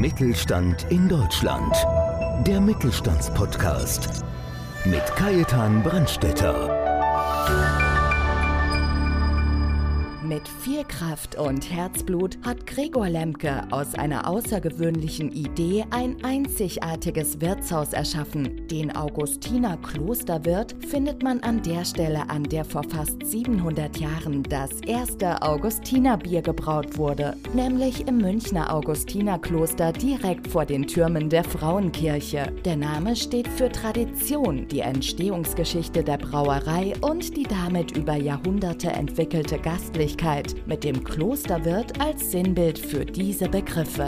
Mittelstand in Deutschland. Der Mittelstandspodcast mit Kajetan Brandstetter. Mit viel Kraft und Herzblut hat Gregor Lemke aus einer außergewöhnlichen Idee ein einzigartiges Wirtshaus erschaffen. Den Augustiner Klosterwirt findet man an der Stelle, an der vor fast 700 Jahren das erste Augustinerbier gebraut wurde, nämlich im Münchner Augustinerkloster direkt vor den Türmen der Frauenkirche. Der Name steht für Tradition, die Entstehungsgeschichte der Brauerei und die damit über Jahrhunderte entwickelte Gastlichkeit, mit dem Klosterwirt als Sinnbild für diese Begriffe.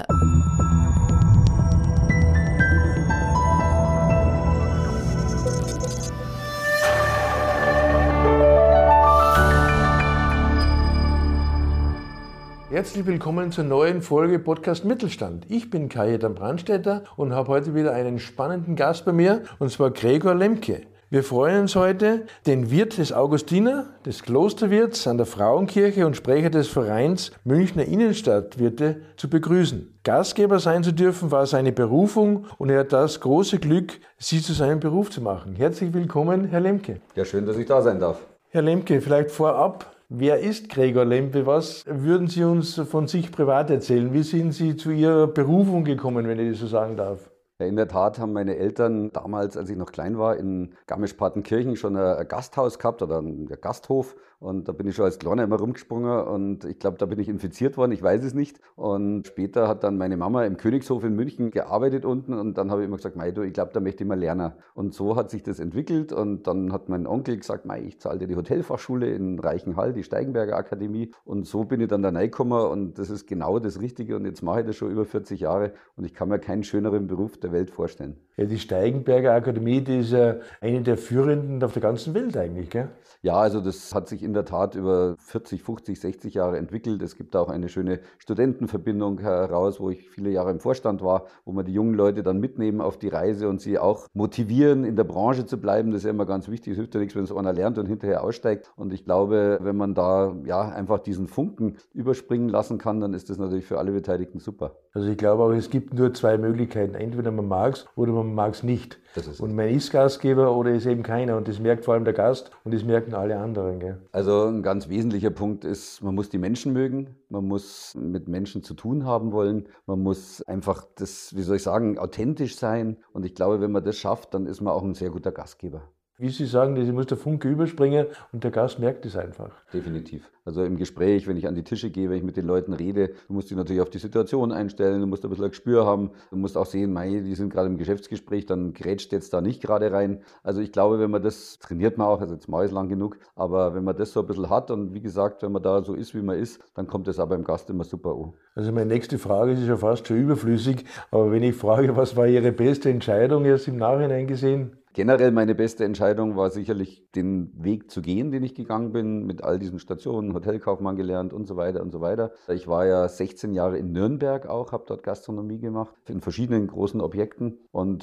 Herzlich willkommen zur neuen Folge Podcast Mittelstand. Ich bin Kajetan Brandstetter und habe heute wieder einen spannenden Gast bei mir, und zwar Gregor Lemke. Wir freuen uns heute, den Wirt des Augustiner, des Klosterwirts an der Frauenkirche und Sprecher des Vereins Münchner Innenstadtwirte zu begrüßen. Gastgeber sein zu dürfen war seine Berufung und er hat das große Glück, Sie zu seinem Beruf zu machen. Herzlich willkommen, Herr Lemke. Ja, schön, dass ich da sein darf. Herr Lemke, vielleicht vorab, wer ist Gregor Lemke? Was würden Sie uns von sich privat erzählen? Wie sind Sie zu Ihrer Berufung gekommen, wenn ich das so sagen darf? Ja, in der Tat haben meine Eltern damals, als ich noch klein war, in Garmisch-Partenkirchen schon ein Gasthaus gehabt oder einen Gasthof. Und da bin ich schon als Kleiner immer rumgesprungen und ich glaube, da bin ich infiziert worden, ich weiß es nicht. Und später hat dann meine Mama im Königshof in München gearbeitet unten und dann habe ich immer gesagt, Mei, du, ich glaube, da möchte ich mal lernen. Und so hat sich das entwickelt und dann hat mein Onkel gesagt, Mei, ich zahle dir die Hotelfachschule in Reichenhall, die Steigenberger Akademie. Und so bin ich dann da reingekommen und das ist genau das Richtige und jetzt mache ich das schon über 40 Jahre und ich kann mir keinen schöneren Beruf der Welt vorstellen. Ja, die Steigenberger Akademie, die ist ja eine der führenden auf der ganzen Welt eigentlich, gell? Ja, also das hat sich in der Tat über 40, 50, 60 Jahre entwickelt. Es gibt auch eine schöne Studentenverbindung heraus, wo ich viele Jahre im Vorstand war, wo wir die jungen Leute dann mitnehmen auf die Reise und sie auch motivieren, in der Branche zu bleiben. Das ist ja immer ganz wichtig. Es hilft ja nichts, wenn es einer lernt und hinterher aussteigt. Und ich glaube, wenn man da ja einfach diesen Funken überspringen lassen kann, dann ist das natürlich für alle Beteiligten super. Also ich glaube auch, es gibt nur zwei Möglichkeiten. Entweder man mag es oder man mag es nicht. Und man ist Gastgeber oder ist eben keiner. Und das merkt vor allem der Gast und das merken alle anderen. Gell? Also ein ganz wesentlicher Punkt ist, man muss die Menschen mögen. Man muss mit Menschen zu tun haben wollen. Man muss einfach das, wie soll ich sagen, authentisch sein. Und ich glaube, wenn man das schafft, dann ist man auch ein sehr guter Gastgeber. Wie Sie sagen, das muss der Funke überspringen und der Gast merkt es einfach. Definitiv. Also im Gespräch, wenn ich an die Tische gehe, wenn ich mit den Leuten rede, du musst dich natürlich auf die Situation einstellen, du musst ein bisschen ein Gespür haben, du musst auch sehen, mei, die sind gerade im Geschäftsgespräch, dann grätscht jetzt da nicht gerade rein. Also ich glaube, wenn man das, trainiert man auch, also jetzt mache ich es lang genug, aber wenn man das so ein bisschen hat und wie gesagt, wenn man da so ist, wie man ist, dann kommt das auch beim Gast immer super an. Also meine nächste Frage ist ja fast schon überflüssig, aber wenn ich frage, was war Ihre beste Entscheidung jetzt im Nachhinein gesehen? Generell meine beste Entscheidung war sicherlich, den Weg zu gehen, den ich gegangen bin, mit all diesen Stationen, Hotelkaufmann gelernt und so weiter und so weiter. Ich war ja 16 Jahre in Nürnberg auch, habe dort Gastronomie gemacht, in verschiedenen großen Objekten. Und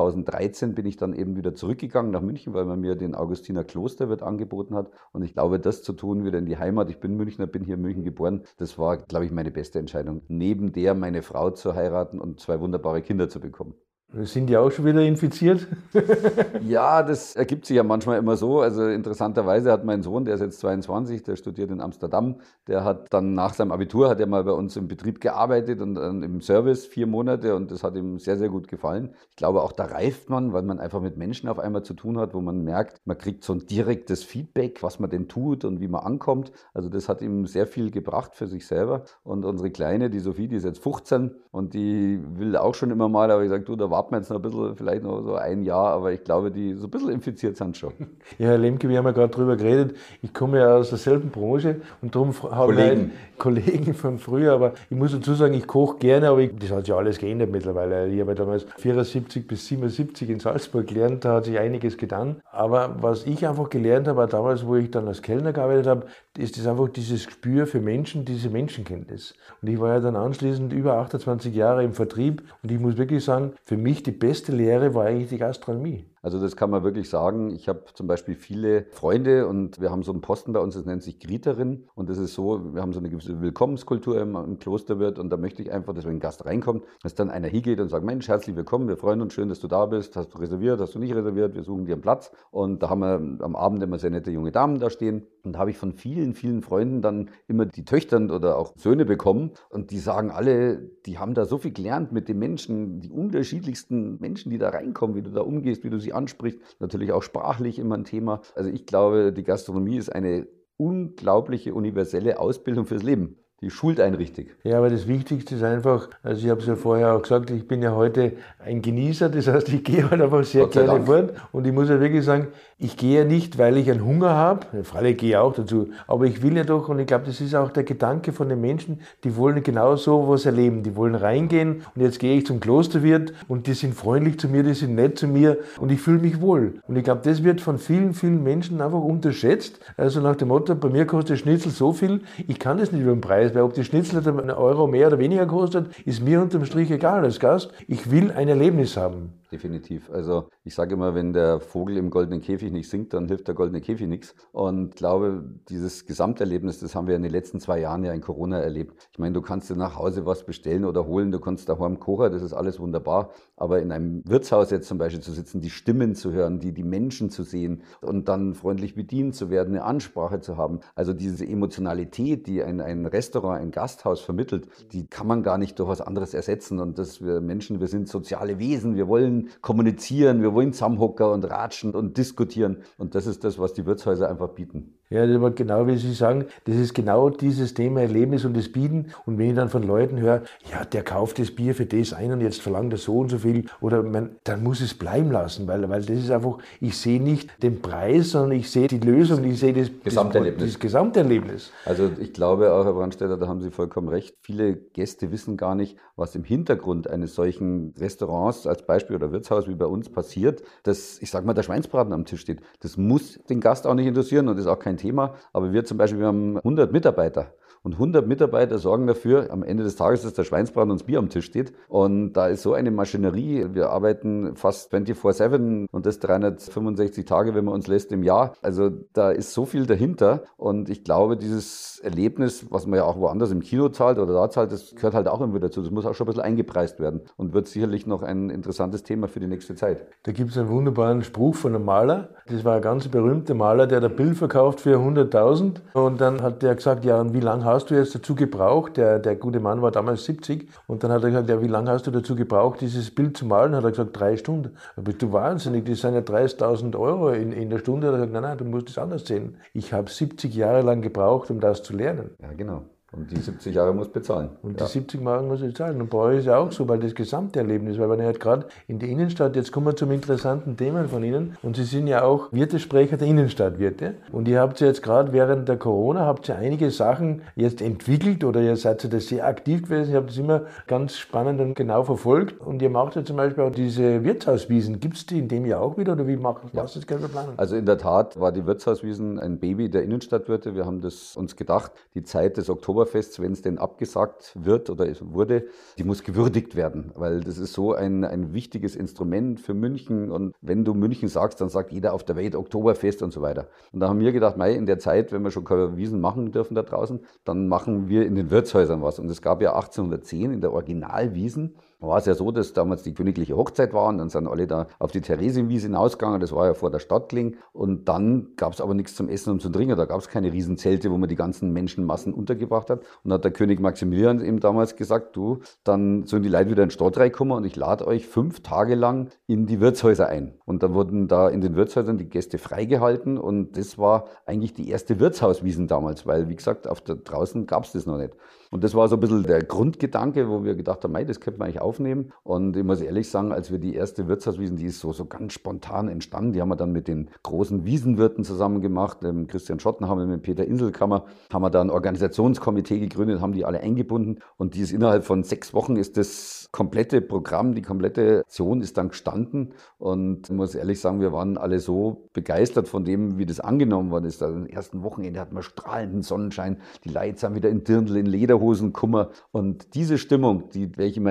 2013 bin ich dann eben wieder zurückgegangen nach München, weil man mir den Augustiner Klosterwirt angeboten hat. Und ich glaube, das zu tun, wieder in die Heimat, ich bin Münchner, bin hier in München geboren, das war, glaube ich, meine beste Entscheidung. Neben der meine Frau zu heiraten und 2 wunderbare Kinder zu bekommen. Sind die auch schon wieder infiziert? Ja, das ergibt sich ja manchmal immer so. Also interessanterweise hat mein Sohn, der ist jetzt 22, der studiert in Amsterdam, der hat dann nach seinem Abitur, hat er mal bei uns im Betrieb gearbeitet und im Service 4 Monate und das hat ihm sehr, sehr gut gefallen. Ich glaube, auch da reift man, weil man einfach mit Menschen auf einmal zu tun hat, wo man merkt, man kriegt so ein direktes Feedback, was man denn tut und wie man ankommt. Also das hat ihm sehr viel gebracht für sich selber. Und unsere Kleine, die Sophie, die ist jetzt 15 und die will auch schon immer mal, aber ich sage, du, da warten wir jetzt noch ein bisschen, vielleicht noch so ein Jahr, aber ich glaube, die so ein bisschen infiziert sind schon. Ja, Herr Lemke, wir haben ja gerade drüber geredet, ich komme ja aus derselben Branche und darum haben wir Kollegen von früher, aber ich muss dazu sagen, ich koche gerne, aber das hat sich alles geändert mittlerweile. Ich habe ja damals 74 bis 77 in Salzburg gelernt, da hat sich einiges getan, aber was ich einfach gelernt habe, auch damals, wo ich dann als Kellner gearbeitet habe, ist das einfach dieses Gespür für Menschen, diese Menschenkenntnis. Und ich war ja dann anschließend über 28 Jahre im Vertrieb und ich muss wirklich sagen, für mich die beste Lehre war eigentlich die Gastronomie. Also das kann man wirklich sagen. Ich habe zum Beispiel viele Freunde und wir haben so einen Posten bei uns, das nennt sich Grieterin. Und das ist so, wir haben so eine gewisse Willkommenskultur im Klosterwirt und da möchte ich einfach, dass wenn ein Gast reinkommt, dass dann einer hingeht und sagt, Mensch, herzlich willkommen, wir freuen uns, schön, dass du da bist. Hast du reserviert, hast du nicht reserviert, wir suchen dir einen Platz. Und da haben wir am Abend immer sehr nette junge Damen da stehen. Und da habe ich von vielen, vielen Freunden dann immer die Töchter oder auch Söhne bekommen. Und die sagen alle, die haben da so viel gelernt mit den Menschen, die unterschiedlichsten Menschen, die da reinkommen, wie du da umgehst, wie du sie ansprichst. Natürlich auch sprachlich immer ein Thema. Also ich glaube, die Gastronomie ist eine unglaubliche universelle Ausbildung fürs Leben. Die schult einen richtig. Ja, aber das Wichtigste ist einfach, also ich habe es ja vorher auch gesagt, ich bin ja heute ein Genießer, das heißt, ich gehe halt einfach sehr gerne fort und ich muss ja wirklich sagen, ich gehe ja nicht, weil ich einen Hunger habe, freilich gehe ich auch dazu, aber ich will ja doch, und ich glaube, das ist auch der Gedanke von den Menschen, die wollen genau so was erleben, die wollen reingehen und jetzt gehe ich zum Klosterwirt und die sind freundlich zu mir, die sind nett zu mir und ich fühle mich wohl. Und ich glaube, das wird von vielen, vielen Menschen einfach unterschätzt, also nach dem Motto, bei mir kostet Schnitzel so viel, ich kann das nicht über den Preis, weil ob die Schnitzel einen Euro mehr oder weniger kostet, ist mir unterm Strich egal als Gast. Ich will ein Erlebnis haben. Definitiv. Also ich sage immer, wenn der Vogel im goldenen Käfig nicht singt, dann hilft der goldene Käfig nichts. Und ich glaube, dieses Gesamterlebnis, das haben wir in den letzten 2 Jahren ja in Corona erlebt. Ich meine, du kannst dir nach Hause was bestellen oder holen, du kannst daheim kochen, das ist alles wunderbar. Aber in einem Wirtshaus jetzt zum Beispiel zu sitzen, die Stimmen zu hören, die Menschen zu sehen und dann freundlich bedient zu werden, eine Ansprache zu haben. Also diese Emotionalität, die ein Restaurant, ein Gasthaus vermittelt, die kann man gar nicht durch was anderes ersetzen. Und das wir Menschen, wir sind soziale Wesen, wir wollen kommunizieren, wir wollen zusammenhocken und ratschen und diskutieren. Und das ist das, was die Wirtshäuser einfach bieten. Ja, aber genau wie Sie sagen, das ist genau dieses Thema Erlebnis und das Bieten. Und wenn ich dann von Leuten höre, ja, der kauft das Bier für das ein und jetzt verlangt er so und so viel, oder dann muss es bleiben lassen, weil das ist einfach, ich sehe nicht den Preis, sondern ich sehe die Lösung, ich sehe das Gesamterlebnis. Also ich glaube auch, Herr Brandstätter, da haben Sie vollkommen recht. Viele Gäste wissen gar nicht, was im Hintergrund eines solchen Restaurants als Beispiel oder Wirtshaus wie bei uns passiert, dass, ich sag mal, der Schweinsbraten am Tisch steht. Das muss den Gast auch nicht interessieren und ist auch kein Thema. Aber wir zum Beispiel, wir haben 100 Mitarbeiter. Und 100 Mitarbeiter sorgen dafür, am Ende des Tages, dass der Schweinsbraten und das Bier am Tisch steht. Und da ist so eine Maschinerie. Wir arbeiten fast 24/7 und das 365 Tage, wenn man uns lässt, im Jahr. Also da ist so viel dahinter. Und ich glaube, dieses Erlebnis, was man ja auch woanders im Kino zahlt oder da zahlt, das gehört halt auch immer dazu. Das muss auch schon ein bisschen eingepreist werden und wird sicherlich noch ein interessantes Thema für die nächste Zeit. Da gibt es einen wunderbaren Spruch von einem Maler. Das war ein ganz berühmter Maler, der ein Bild verkauft für 100.000. Und dann hat der gesagt, ja, und wie lange hast du jetzt dazu gebraucht? Der gute Mann war damals 70. Und dann hat er gesagt, ja, wie lange hast du dazu gebraucht, dieses Bild zu malen? Hat er gesagt, 3 Stunden. Da bist du wahnsinnig, das sind ja 30.000 Euro in der Stunde. Hat er gesagt, nein, du musst das anders sehen. Ich habe 70 Jahre lang gebraucht, um das zu lernen. Ja, genau. Und die 70 Jahre muss bezahlen. Und die 70 Jahre muss ich zahlen. Und bei euch ist ja auch so, weil das Gesamterlebnis, weil wenn ihr halt gerade in die Innenstadt, jetzt kommen wir zum interessanten Thema von Ihnen, und Sie sind ja auch Wirtesprecher der Innenstadtwirte. Und ihr habt ja jetzt gerade während der Corona, habt ihr einige Sachen jetzt entwickelt oder ihr seid ja da sehr aktiv gewesen, ihr habt das immer ganz spannend und genau verfolgt. Und ihr macht ja zum Beispiel auch diese Wirtshauswiesen. Gibt es die in dem Jahr auch wieder oder wie macht das jetzt gerne planen? Also in der Tat war die Wirtshauswiesen ein Baby der Innenstadtwirte. Wir haben das uns gedacht, die Zeit des Oktoberfests, wenn es denn abgesagt wird oder es wurde, die muss gewürdigt werden, weil das ist so ein wichtiges Instrument für München und wenn du München sagst, dann sagt jeder auf der Welt Oktoberfest und so weiter. Und da haben wir gedacht, in der Zeit, wenn wir schon keine Wiesen machen dürfen da draußen, dann machen wir in den Wirtshäusern was. Und es gab ja 1810 in der Originalwiesen, war es ja so, dass damals die königliche Hochzeit war und dann sind alle da auf die Theresienwiese hinausgegangen, das war ja vor der Stadtkling und dann gab es aber nichts zum Essen und zum Trinken, da gab es keine Riesenzelte, wo man die ganzen Menschenmassen untergebracht hat und hat der König Maximilian eben damals gesagt, du, dann sollen die Leute wieder in die Stadt reinkommen und ich lade euch 5 Tage lang in die Wirtshäuser ein. Und dann wurden da in den Wirtshäusern die Gäste freigehalten und das war eigentlich die erste Wirtshauswiesen damals, weil wie gesagt, draußen gab es das noch nicht. Und das war so ein bisschen der Grundgedanke, wo wir gedacht haben, das könnte man eigentlich aufnehmen. Und ich muss ehrlich sagen, als wir die erste Wirtshauswiesen, die ist so ganz spontan entstanden, die haben wir dann mit den großen Wiesenwirten zusammen gemacht, mit Christian Schottenhammer, mit Peter Inselkammer, haben wir da ein Organisationskomitee gegründet, haben die alle eingebunden. Und die ist innerhalb von 6 Wochen ist das komplette Programm, die komplette Aktion ist dann gestanden. Und ich muss ehrlich sagen, wir waren alle so begeistert von dem, wie das angenommen worden ist. Also am ersten Wochenende hatten wir strahlenden Sonnenschein, die Leute sind wieder in Dirndl, in Lederhosen, Kummer. Und diese Stimmung, welche in meinem Herzen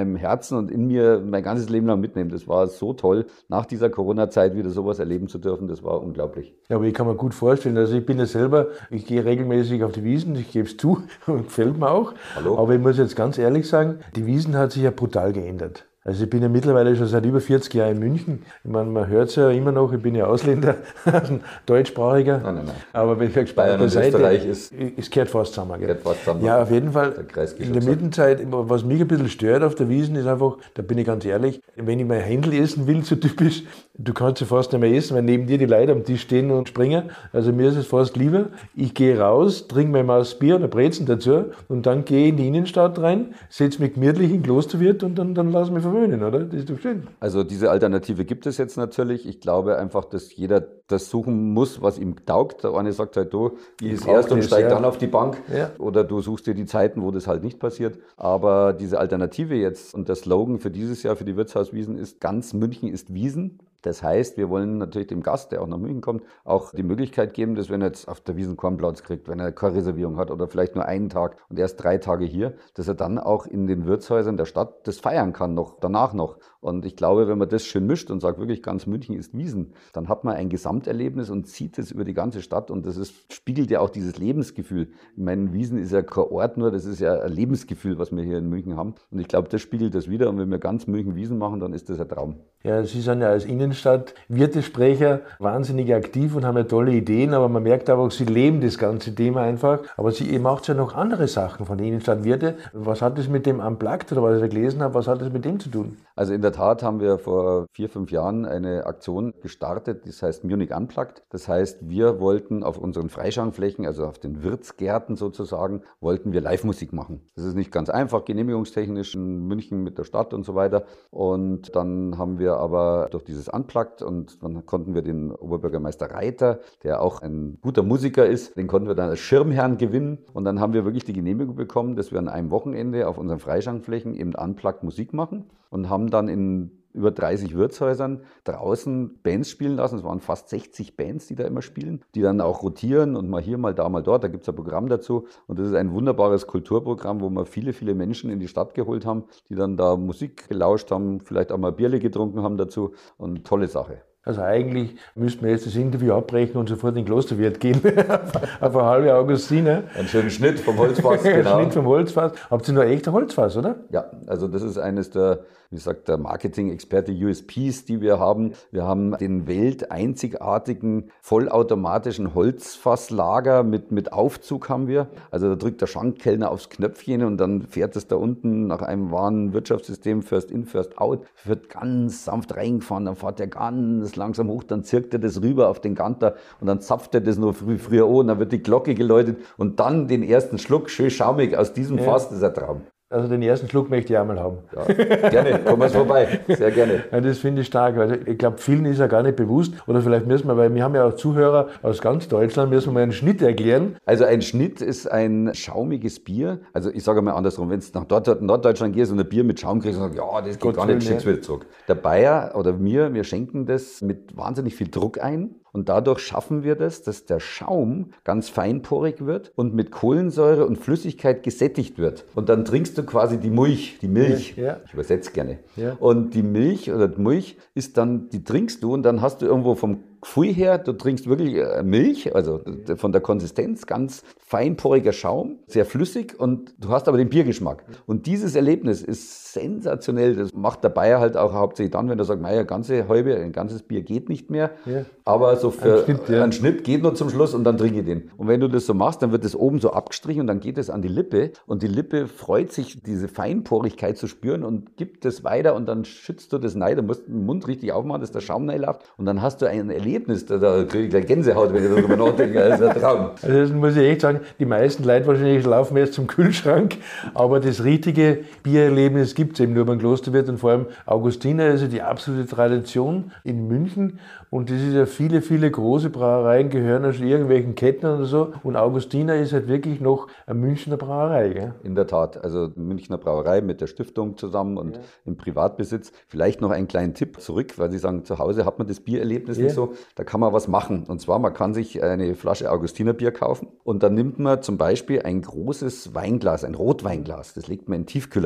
Herzen und in mir mein ganzes Leben lang mitnehmen. Das war so toll, nach dieser Corona-Zeit wieder sowas erleben zu dürfen. Das war unglaublich. Ja, aber ich kann mir gut vorstellen, also ich bin ja selber, ich gehe regelmäßig auf die Wiesn, ich gebe es zu, gefällt mir auch. Hallo? Aber ich muss jetzt ganz ehrlich sagen, die Wiesn hat sich ja brutal geändert. Also ich bin ja mittlerweile schon seit über 40 Jahren in München. Ich meine, man hört es ja immer noch, ich bin ja Ausländer, deutschsprachiger. Nein. Aber wenn ich Bayern und Österreich ist... Es gehört fast zusammen. Gehört fast zusammen. Ja, auf jeden Fall. In der Mittenzeit, was mich ein bisschen stört auf der Wiesn, ist einfach, da bin ich ganz ehrlich, wenn ich mein Händel essen will, so typisch, du kannst ja fast nicht mehr essen, weil neben dir die Leute am Tisch stehen und springen. Also mir ist es fast lieber, ich gehe raus, trinke mein Maß Bier oder Brezen dazu und dann gehe ich in die Innenstadt rein, setze mich gemütlich in den Klosterwirt und dann lass mich verwöhnen, oder? Das ist doch schön. Also diese Alternative gibt es jetzt natürlich. Ich glaube einfach, dass jeder das suchen muss, was ihm taugt. Der eine sagt halt, du, ich ist erst und steig dann auf die Bank. Ja. Oder du suchst dir die Zeiten, wo das halt nicht passiert. Aber diese Alternative jetzt und der Slogan für dieses Jahr, für die Wirtshauswiesen ist, ganz München ist Wiesen. Das heißt, wir wollen natürlich dem Gast, der auch nach München kommt, auch die Möglichkeit geben, dass wenn er jetzt auf der Wiesn keinen Platz kriegt, wenn er keine Reservierung hat oder vielleicht nur einen Tag und erst 3 Tage hier, dass er dann auch in den Wirtshäusern der Stadt das feiern kann, danach noch. Und ich glaube, wenn man das schön mischt und sagt, wirklich ganz München ist Wiesn, dann hat man ein Gesamterlebnis und zieht es über die ganze Stadt und das spiegelt ja auch dieses Lebensgefühl. Ich meine, Wiesn ist ja kein Ort nur, das ist ja ein Lebensgefühl, was wir hier in München haben. Und ich glaube, das spiegelt das wieder und wenn wir ganz München Wiesn machen, dann ist das ein Traum. Ja, Sie sind ja als Innenstadt-Wirtesprecher wahnsinnig aktiv und haben ja tolle Ideen, aber man merkt aber auch, Sie leben das ganze Thema einfach. Aber ihr macht ja noch andere Sachen von der Innenstadt-Wirte. Was hat das mit dem Unplugged oder was ich da gelesen habe, was hat das mit dem zu tun? Also in der Tat haben wir vor 4-5 Jahren eine Aktion gestartet, das heißt Munich Unplugged. Das heißt, wir wollten auf unseren Freischankflächen, also auf den Wirtsgärten sozusagen, wollten wir Live-Musik machen. Das ist nicht ganz einfach, genehmigungstechnisch in München mit der Stadt und so weiter. Und dann haben wir aber durch dieses Unplugged und dann konnten wir den Oberbürgermeister Reiter, der auch ein guter Musiker ist, den konnten wir dann als Schirmherrn gewinnen. Und dann haben wir wirklich die Genehmigung bekommen, dass wir an einem Wochenende auf unseren Freischankflächen eben Unplugged Musik machen und haben dann in über 30 Wirtshäusern draußen Bands spielen lassen. Es waren fast 60 Bands, die da immer spielen, die dann auch rotieren und mal hier, mal da, mal dort. Da gibt es ein Programm dazu. Und das ist ein wunderbares Kulturprogramm, wo wir viele, viele Menschen in die Stadt geholt haben, die dann da Musik gelauscht haben, vielleicht auch mal Bierle getrunken haben dazu. Und tolle Sache. Also eigentlich müssten wir jetzt das Interview abbrechen und sofort in den Klosterwirt gehen. Auf eine halbe Augustiner. Einen schönen Schnitt vom Holzfass, genau. Schnitt vom Holzfass. Habt ihr noch echt ein Holzfass, oder? Ja, also das ist eines der, wie sagt der Marketing-Experte, USPs, die wir haben. Wir haben den welteinzigartigen, vollautomatischen Holzfasslager mit Aufzug haben wir. Also da drückt der Schankkellner aufs Knöpfchen und dann fährt es da unten nach einem wahren Wirtschaftssystem First in, First out, wird ganz sanft reingefahren, dann fährt der ganz langsam hoch, dann zirkt er das rüber auf den Ganter und dann zapft er das noch früher an, dann wird die Glocke geläutet und dann den ersten Schluck, schön schaumig aus diesem Fass, das ist ein Traum. Also den ersten Schluck möchte ich auch mal haben. Ja, gerne, kommen wir vorbei, sehr gerne. Ja, das finde ich stark, weil ich glaube, vielen ist ja gar nicht bewusst, oder vielleicht müssen wir, weil wir haben ja auch Zuhörer aus ganz Deutschland, müssen wir mal einen Schnitt erklären. Also ein Schnitt ist ein schaumiges Bier, also ich sage mal andersrum, wenn du nach Norddeutschland gehst und ein Bier mit Schaum kriegst und sagst, ja, das geht gar nicht, schick's wieder zurück. Der Bayer oder wir schenken das mit wahnsinnig viel Druck ein. Und dadurch schaffen wir das, dass der Schaum ganz feinporig wird und mit Kohlensäure und Flüssigkeit gesättigt wird. Und dann trinkst du quasi die Milch. Ja. Ich übersetze gerne. Ja. Und die Milch oder die Milch ist dann, die trinkst du und dann hast du irgendwo vom Gefühl her, du trinkst wirklich Milch, also von der Konsistenz ganz feinporiger Schaum, sehr flüssig und du hast aber den Biergeschmack. Und dieses Erlebnis ist sensationell. Das macht der Bayer halt auch hauptsächlich dann, wenn er sagt, naja, ein ganzes Bier geht nicht mehr, aber so für einen Schnitt geht nur zum Schluss und dann trinke ich den. Und wenn du das so machst, dann wird das oben so abgestrichen und dann geht es an die Lippe und die Lippe freut sich, diese Feinporigkeit zu spüren und gibt es weiter und dann schützt du das rein, du musst den Mund richtig aufmachen, dass der Schaum reinläuft und dann hast du ein Erlebnis, da kriege ich gleich Gänsehaut, wenn ich darüber nachdenke, das ist ein Traum. Also das muss ich echt sagen, die meisten Leute wahrscheinlich laufen jetzt zum Kühlschrank, aber das richtige Biererlebnis gibt es eben nur beim Klosterwirt und vor allem Augustiner ist ja die absolute Tradition in München und das ist ja viele, viele große Brauereien gehören also irgendwelchen Ketten oder so und Augustiner ist halt wirklich noch eine Münchner Brauerei. Gell? In der Tat, also Münchner Brauerei mit der Stiftung zusammen und im Privatbesitz. Vielleicht noch einen kleinen Tipp zurück, weil Sie sagen, zu Hause hat man das Biererlebnis nicht so, da kann man was machen. Und zwar, man kann sich eine Flasche Augustinerbier kaufen und dann nimmt man zum Beispiel ein großes Weinglas, ein Rotweinglas, das legt man in den Tiefkühler rein.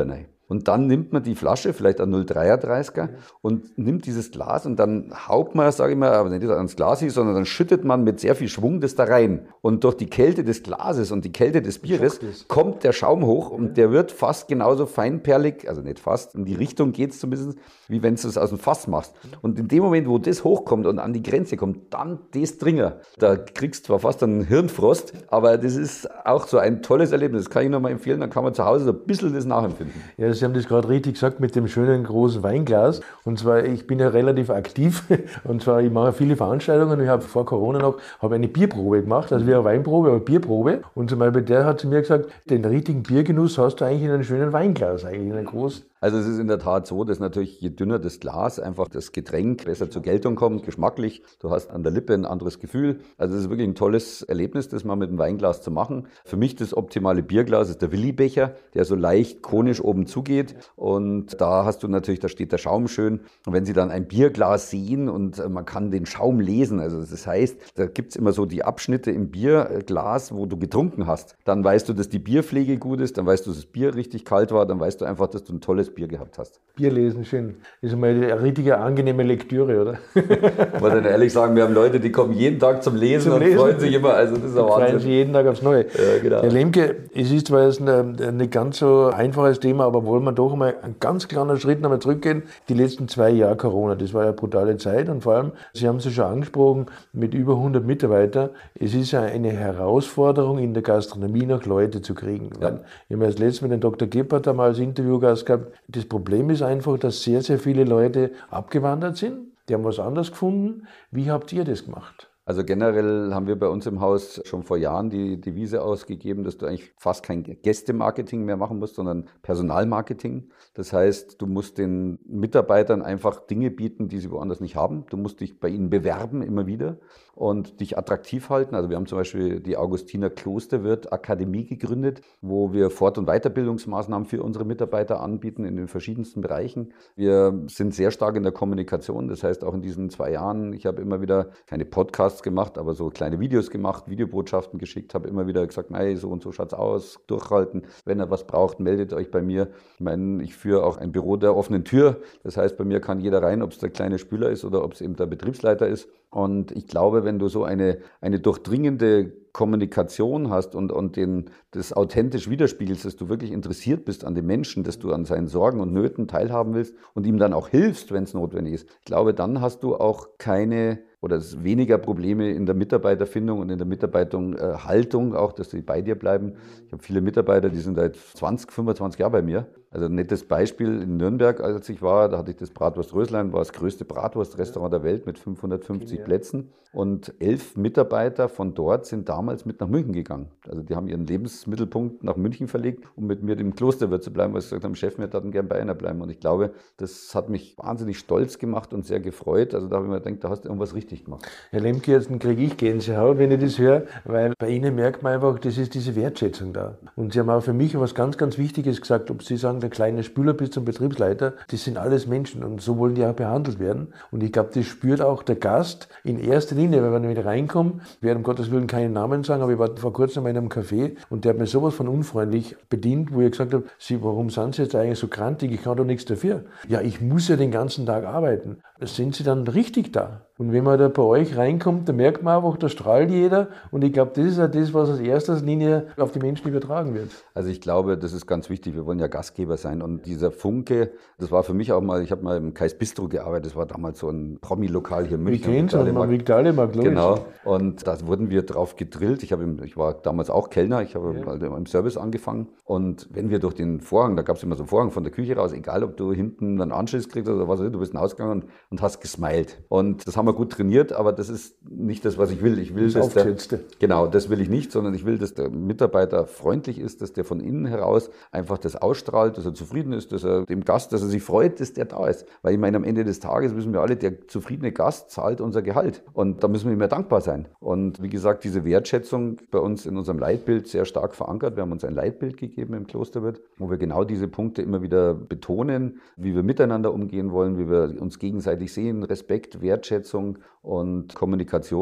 Und dann nimmt man die Flasche, vielleicht ein 0,33er, und nimmt dieses Glas und dann haut man, sage ich mal, aber nicht ans Glas hin, sondern dann schüttet man mit sehr viel Schwung das da rein. Und durch die Kälte des Glases und die Kälte des Bieres kommt der Schaum hoch und der wird fast genauso feinperlig, also nicht fast, in die Richtung geht es zumindest, wie wenn du es aus dem Fass machst. Und in dem Moment, wo das hochkommt und an die Grenze kommt, dann das Dringer. Da kriegst du zwar fast einen Hirnfrost, aber das ist auch so ein tolles Erlebnis. Das kann ich nochmal empfehlen, dann kann man zu Hause so ein bisschen das nachempfinden. Ja, Sie haben das gerade richtig gesagt mit dem schönen großen Weinglas. Und zwar, ich bin ja relativ aktiv. Und zwar, ich mache viele Veranstaltungen. Ich habe vor Corona noch eine Bierprobe gemacht. Also wie eine Weinprobe, aber Bierprobe. Und zum Beispiel der hat zu mir gesagt, den richtigen Biergenuss hast du eigentlich in einem schönen Weinglas, eigentlich in einem großen. Also es ist in der Tat so, dass natürlich je dünner das Glas, einfach das Getränk besser zur Geltung kommt, geschmacklich. Du hast an der Lippe ein anderes Gefühl. Also es ist wirklich ein tolles Erlebnis, das mal mit einem Weinglas zu machen. Für mich das optimale Bierglas ist der Willi-Becher, der so leicht konisch oben zugeht. Und da hast du natürlich, da steht der Schaum schön. Und wenn Sie dann ein Bierglas sehen und man kann den Schaum lesen, also das heißt, da gibt's immer so die Abschnitte im Bierglas, wo du getrunken hast. Dann weißt du, dass die Bierpflege gut ist, dann weißt du, dass das Bier richtig kalt war, dann weißt du einfach, dass du ein tolles Bier gehabt hast. Bier lesen, schön. Das ist mal eine richtige angenehme Lektüre, oder? Ich wollte dann ehrlich sagen, wir haben Leute, die kommen jeden Tag zum Lesen und freuen sich immer. Also das ist ein Wahnsinn. Freuen sich jeden Tag aufs Neue. Ja, genau. Herr Lemke, es ist zwar jetzt ein nicht ganz so einfaches Thema, aber wollen wir doch mal einen ganz kleinen Schritt nochmal zurückgehen. Die letzten 2 Jahre Corona, das war ja eine brutale Zeit und vor allem, Sie haben es ja schon angesprochen, mit über 100 Mitarbeitern. Es ist ja eine Herausforderung, in der Gastronomie noch Leute zu kriegen. Ja. Ich habe das letzte mit dem Dr. Gebhardt einmal als Interviewgast gehabt. Das Problem ist einfach, dass sehr, sehr viele Leute abgewandert sind. Die haben was anderes gefunden. Wie habt ihr das gemacht? Also generell haben wir bei uns im Haus schon vor Jahren die Devise ausgegeben, dass du eigentlich fast kein Gästemarketing mehr machen musst, sondern Personalmarketing. Das heißt, du musst den Mitarbeitern einfach Dinge bieten, die sie woanders nicht haben. Du musst dich bei ihnen bewerben immer wieder und dich attraktiv halten. Also wir haben zum Beispiel die Augustiner Klosterwirt Akademie gegründet, wo wir Fort- und Weiterbildungsmaßnahmen für unsere Mitarbeiter anbieten in den verschiedensten Bereichen. Wir sind sehr stark in der Kommunikation. Das heißt, auch in diesen 2 Jahren, ich habe immer wieder keine Podcasts gemacht, aber so kleine Videos gemacht, Videobotschaften geschickt, habe immer wieder gesagt, hey, so und so schaut's aus, durchhalten. Wenn ihr was braucht, meldet euch bei mir. Ich meine, ich führe auch ein Büro der offenen Tür. Das heißt, bei mir kann jeder rein, ob es der kleine Spüler ist oder ob es eben der Betriebsleiter ist. Und ich glaube, wenn du so eine durchdringende Kommunikation hast und das authentisch widerspiegelst, dass du wirklich interessiert bist an den Menschen, dass du an seinen Sorgen und Nöten teilhaben willst und ihm dann auch hilfst, wenn es notwendig ist. Ich glaube, dann hast du auch keine oder weniger Probleme in der Mitarbeiterfindung und in der Mitarbeiterhaltung, auch, dass sie bei dir bleiben. Ich habe viele Mitarbeiter, die sind seit 20, 25 Jahren bei mir. Also ein nettes Beispiel in Nürnberg, als ich war, da hatte ich das Bratwurst Röslein, war das größte Bratwurstrestaurant der Welt mit 550 Plätzen. Und 11 Mitarbeiter von dort sind damals mit nach München gegangen. Also die haben ihren Lebensmittelpunkt nach München verlegt, um mit mir im Klosterwirt zu bleiben, weil sie gesagt haben, Chef, wir würden gerne bei einer bleiben. Und ich glaube, das hat mich wahnsinnig stolz gemacht und sehr gefreut. Also da habe ich mir gedacht, da hast du irgendwas richtig gemacht. Herr Lemke, jetzt kriege ich Gänsehaut, wenn ich das höre, weil bei Ihnen merkt man einfach, das ist diese Wertschätzung da. Und Sie haben auch für mich etwas ganz, ganz Wichtiges gesagt, ob Sie sagen, der kleine Spüler bis zum Betriebsleiter, das sind alles Menschen und so wollen die auch behandelt werden. Und ich glaube, das spürt auch der Gast in erster Linie, weil wenn ich reinkomme, ich werde um Gottes Willen keinen Namen sagen, aber ich war vor kurzem in einem Café und der hat mir sowas von unfreundlich bedient, wo ich gesagt habe, warum sind Sie jetzt eigentlich so krantig, ich kann doch nichts dafür. Ja, ich muss ja den ganzen Tag arbeiten. Sind Sie dann richtig da? Und wenn man da bei euch reinkommt, dann merkt man einfach, da strahlt jeder. Und ich glaube, das ist ja das, was als erster Linie auf die Menschen übertragen wird. Also ich glaube, das ist ganz wichtig. Wir wollen ja Gastgeber sein. Und dieser Funke, das war für mich auch mal, ich habe mal im Kais Bistro gearbeitet. Das war damals so ein Promi-Lokal hier in München. Ich kenne es, am Victualienmarkt, logisch. Genau. Und da wurden wir drauf gedrillt. Ich war damals auch Kellner. Ich habe im Service angefangen. Und wenn wir durch den Vorhang, da gab es immer so einen Vorhang von der Küche raus, egal ob du hinten einen Anschiss kriegst oder was, du bist ausgegangen und hast gesmiled. Und das haben wir gut trainiert, aber das ist nicht das, was ich will. Ich will, genau, das will ich nicht, sondern ich will, dass der Mitarbeiter freundlich ist, dass der von innen heraus einfach das ausstrahlt, dass er zufrieden ist, dass er dem Gast, dass er sich freut, dass der da ist. Weil ich meine, am Ende des Tages wissen wir alle, der zufriedene Gast zahlt unser Gehalt. Und da müssen wir ihm ja dankbar sein. Und wie gesagt, diese Wertschätzung bei uns in unserem Leitbild sehr stark verankert. Wir haben uns ein Leitbild gegeben im Klosterwirt, wo wir genau diese Punkte immer wieder betonen, wie wir miteinander umgehen wollen, wie wir uns gegenseitig sehen, Respekt, Wertschätzung und Kommunikation.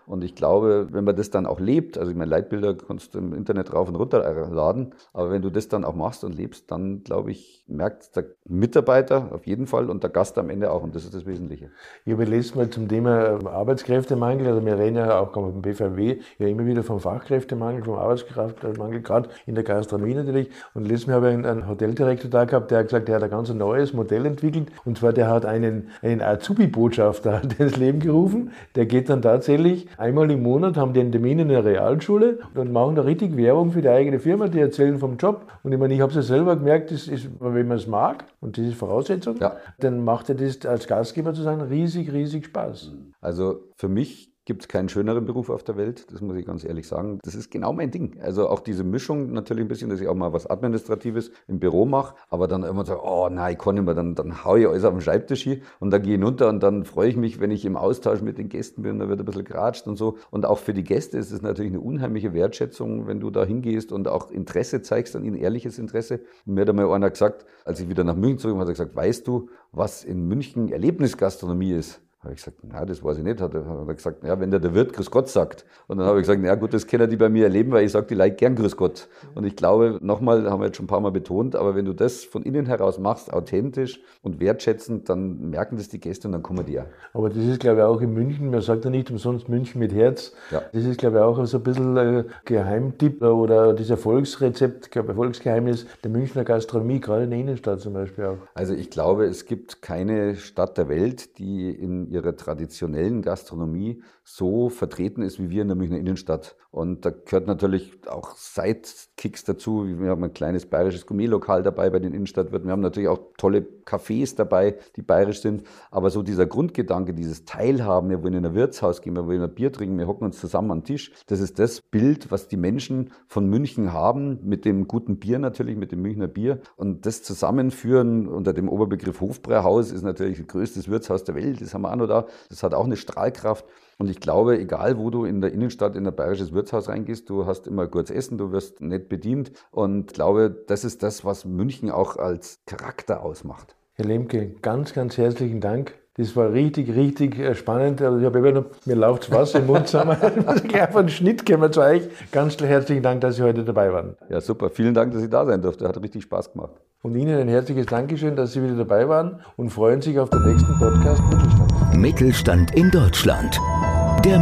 Und ich glaube, wenn man das dann auch lebt, also ich meine, Leitbilder kannst du im Internet rauf und runter laden, aber wenn du das dann auch machst und lebst, dann glaube ich, merkt der Mitarbeiter auf jeden Fall und der Gast am Ende auch, und das ist das Wesentliche. Ich habe letztes Mal zum Thema Arbeitskräftemangel, also wir reden ja auch beim BVW ja immer wieder vom Fachkräftemangel, vom Arbeitskräftemangel, gerade in der Gastronomie natürlich. Und letztes Mal habe ich einen Hoteldirektor da gehabt, der hat gesagt, der hat ein ganz neues Modell entwickelt, und zwar der hat einen Azubi-Botschafter ins Leben gerufen, der geht dann tatsächlich einmal im Monat, haben die einen Termin in der Realschule und machen da richtig Werbung für die eigene Firma, die erzählen vom Job. Und ich meine, ich habe es ja selber gemerkt, das ist, wenn man es mag, und das ist Voraussetzung, dann macht er das als Gastgeber zu sein riesig, riesig Spaß. Also für mich gibt es keinen schöneren Beruf auf der Welt, das muss ich ganz ehrlich sagen. Das ist genau mein Ding. Also auch diese Mischung natürlich ein bisschen, dass ich auch mal was Administratives im Büro mache, aber dann immer so, oh nein, ich kann nicht mehr, dann haue ich alles auf den Schreibtisch hier und dann gehe ich runter und dann freue ich mich, wenn ich im Austausch mit den Gästen bin, da wird ein bisschen geratscht und so. Und auch für die Gäste ist es natürlich eine unheimliche Wertschätzung, wenn du da hingehst und auch Interesse zeigst, an ihnen ehrliches Interesse. Und mir hat einmal einer gesagt, als ich wieder nach München zurück hat er gesagt, weißt du, was in München Erlebnisgastronomie ist? Habe ich gesagt, na, das weiß ich nicht. Hat er gesagt, ja, wenn der Wirt Grüß Gott sagt. Und dann habe ich gesagt, na gut, das können die bei mir erleben, weil ich sage die Leute gern Grüß Gott. Und ich glaube, nochmal, haben wir jetzt schon ein paar Mal betont, aber wenn du das von innen heraus machst, authentisch und wertschätzend, dann merken das die Gäste und dann kommen die auch. Aber das ist, glaube ich, auch in München, man sagt ja nicht umsonst München mit Herz. Ja. Das ist, glaube ich, auch so ein bisschen Geheimtipp oder das Erfolgsrezept, glaube ich, Erfolgsgeheimnis der Münchner Gastronomie, gerade in der Innenstadt zum Beispiel auch. Also ich glaube, es gibt keine Stadt der Welt, die in ihrer traditionellen Gastronomie so vertreten ist wie wir in der Münchner Innenstadt. Und da gehört natürlich auch Sidekicks dazu. Wir haben ein kleines bayerisches Gourmetlokal dabei bei den Innenstadtwirten. Wir haben natürlich auch tolle Cafés dabei, die bayerisch sind. Aber so dieser Grundgedanke, dieses Teilhaben, wir wollen in ein Wirtshaus gehen, wir wollen ein Bier trinken, wir hocken uns zusammen am Tisch. Das ist das Bild, was die Menschen von München haben, mit dem guten Bier natürlich, mit dem Münchner Bier. Und das Zusammenführen unter dem Oberbegriff Hofbräuhaus ist natürlich das größte Wirtshaus der Welt. Das haben wir auch noch da. Das hat auch eine Strahlkraft. Und ich glaube, egal wo du in der Innenstadt in ein bayerisches Wirtshaus reingehst, du hast immer gutes Essen, du wirst nett bedient. Und ich glaube, das ist das, was München auch als Charakter ausmacht. Herr Lemke, ganz, ganz herzlichen Dank. Das war richtig, richtig spannend. Also ich habe immer noch, mir läuft das Wasser im Mund zusammen. Ich muss gleich auf einen Schnitt kommen zu euch. Ganz herzlichen Dank, dass Sie heute dabei waren. Ja, super. Vielen Dank, dass ich da sein durfte. Hat richtig Spaß gemacht. Und Ihnen ein herzliches Dankeschön, dass Sie wieder dabei waren und freuen sich auf den nächsten Podcast Mittelstand. Mittelstand in Deutschland. Der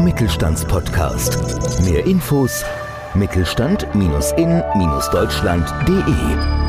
Mittelstandspodcast. Mehr Infos mittelstand-in-deutschland.de